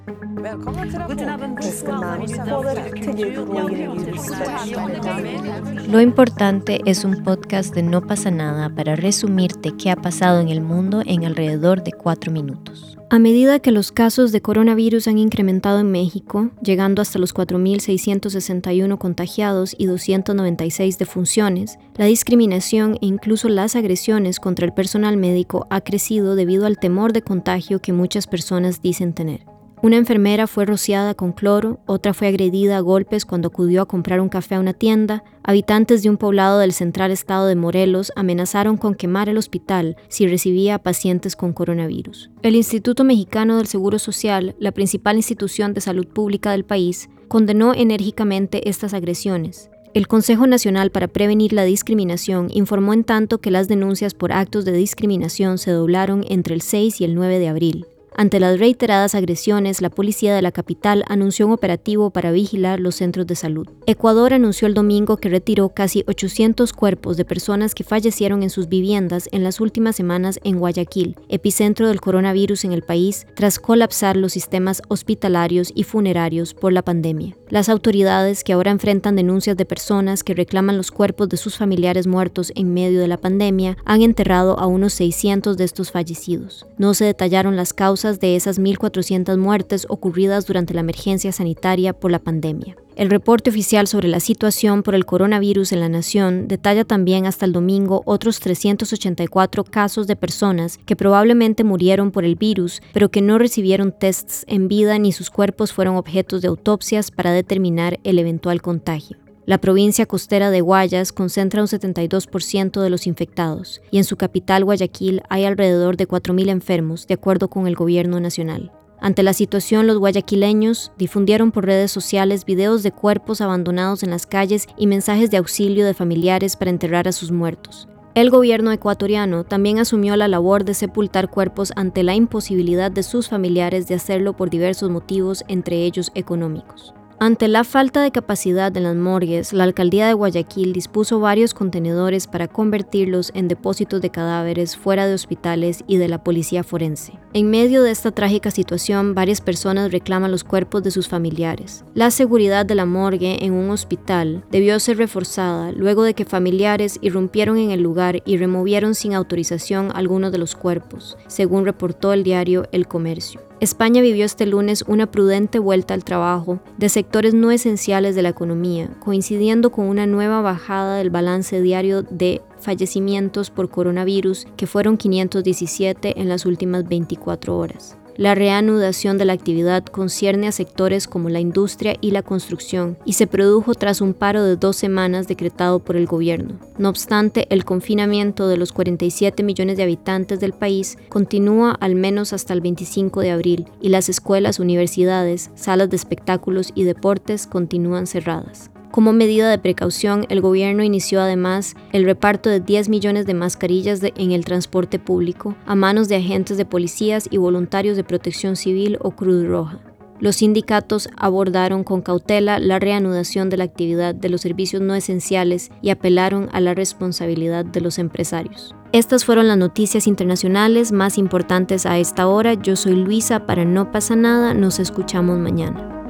Lo importante es un podcast de No pasa nada para resumirte qué ha pasado en el mundo en alrededor de 4 minutos. A medida que los casos de coronavirus han incrementado en México, llegando hasta los 4.661 contagiados y 296 defunciones, la discriminación e incluso las agresiones contra el personal médico ha crecido debido al temor de contagio que muchas personas dicen tener. Una enfermera fue rociada con cloro, otra fue agredida a golpes cuando acudió a comprar un café a una tienda, habitantes de un poblado del central estado de Morelos amenazaron con quemar el hospital si recibía a pacientes con coronavirus. El Instituto Mexicano del Seguro Social, la principal institución de salud pública del país, condenó enérgicamente estas agresiones. El Consejo Nacional para Prevenir la Discriminación informó en tanto que las denuncias por actos de discriminación se doblaron entre el 6 y el 9 de abril. Ante las reiteradas agresiones, la policía de la capital anunció un operativo para vigilar los centros de salud. Ecuador anunció el domingo que retiró casi 800 cuerpos de personas que fallecieron en sus viviendas en las últimas semanas en Guayaquil, epicentro del coronavirus en el país, tras colapsar los sistemas hospitalarios y funerarios por la pandemia. Las autoridades, que ahora enfrentan denuncias de personas que reclaman los cuerpos de sus familiares muertos en medio de la pandemia, han enterrado a unos 600 de estos fallecidos. No se detallaron las causas de esas 1.400 muertes ocurridas durante la emergencia sanitaria por la pandemia. El reporte oficial sobre la situación por el coronavirus en la nación detalla también hasta el domingo otros 384 casos de personas que probablemente murieron por el virus, pero que no recibieron tests en vida ni sus cuerpos fueron objetos de autopsias para determinar el eventual contagio. La provincia costera de Guayas concentra un 72% de los infectados y en su capital Guayaquil hay alrededor de 4.000 enfermos, de acuerdo con el gobierno nacional. Ante la situación, los guayaquileños difundieron por redes sociales videos de cuerpos abandonados en las calles y mensajes de auxilio de familiares para enterrar a sus muertos. El gobierno ecuatoriano también asumió la labor de sepultar cuerpos ante la imposibilidad de sus familiares de hacerlo por diversos motivos, entre ellos económicos. Ante la falta de capacidad en las morgues, la alcaldía de Guayaquil dispuso varios contenedores para convertirlos en depósitos de cadáveres fuera de hospitales y de la policía forense. En medio de esta trágica situación, varias personas reclaman los cuerpos de sus familiares. La seguridad de la morgue en un hospital debió ser reforzada luego de que familiares irrumpieron en el lugar y removieron sin autorización algunos de los cuerpos, según reportó el diario El Comercio. España vivió este lunes una prudente vuelta al trabajo de sectores no esenciales de la economía, coincidiendo con una nueva bajada del balance diario de fallecimientos por coronavirus, que fueron 517 en las últimas 24 horas. La reanudación de la actividad concierne a sectores como la industria y la construcción y se produjo tras un paro de 2 semanas decretado por el gobierno. No obstante, el confinamiento de los 47 millones de habitantes del país continúa al menos hasta el 25 de abril y las escuelas, universidades, salas de espectáculos y deportes continúan cerradas. Como medida de precaución, el gobierno inició además el reparto de 10 millones de mascarillas en el transporte público a manos de agentes de policías y voluntarios de Protección Civil o Cruz Roja. Los sindicatos abordaron con cautela la reanudación de la actividad de los servicios no esenciales y apelaron a la responsabilidad de los empresarios. Estas fueron las noticias internacionales más importantes a esta hora. Yo soy Luisa para No pasa nada. Nos escuchamos mañana.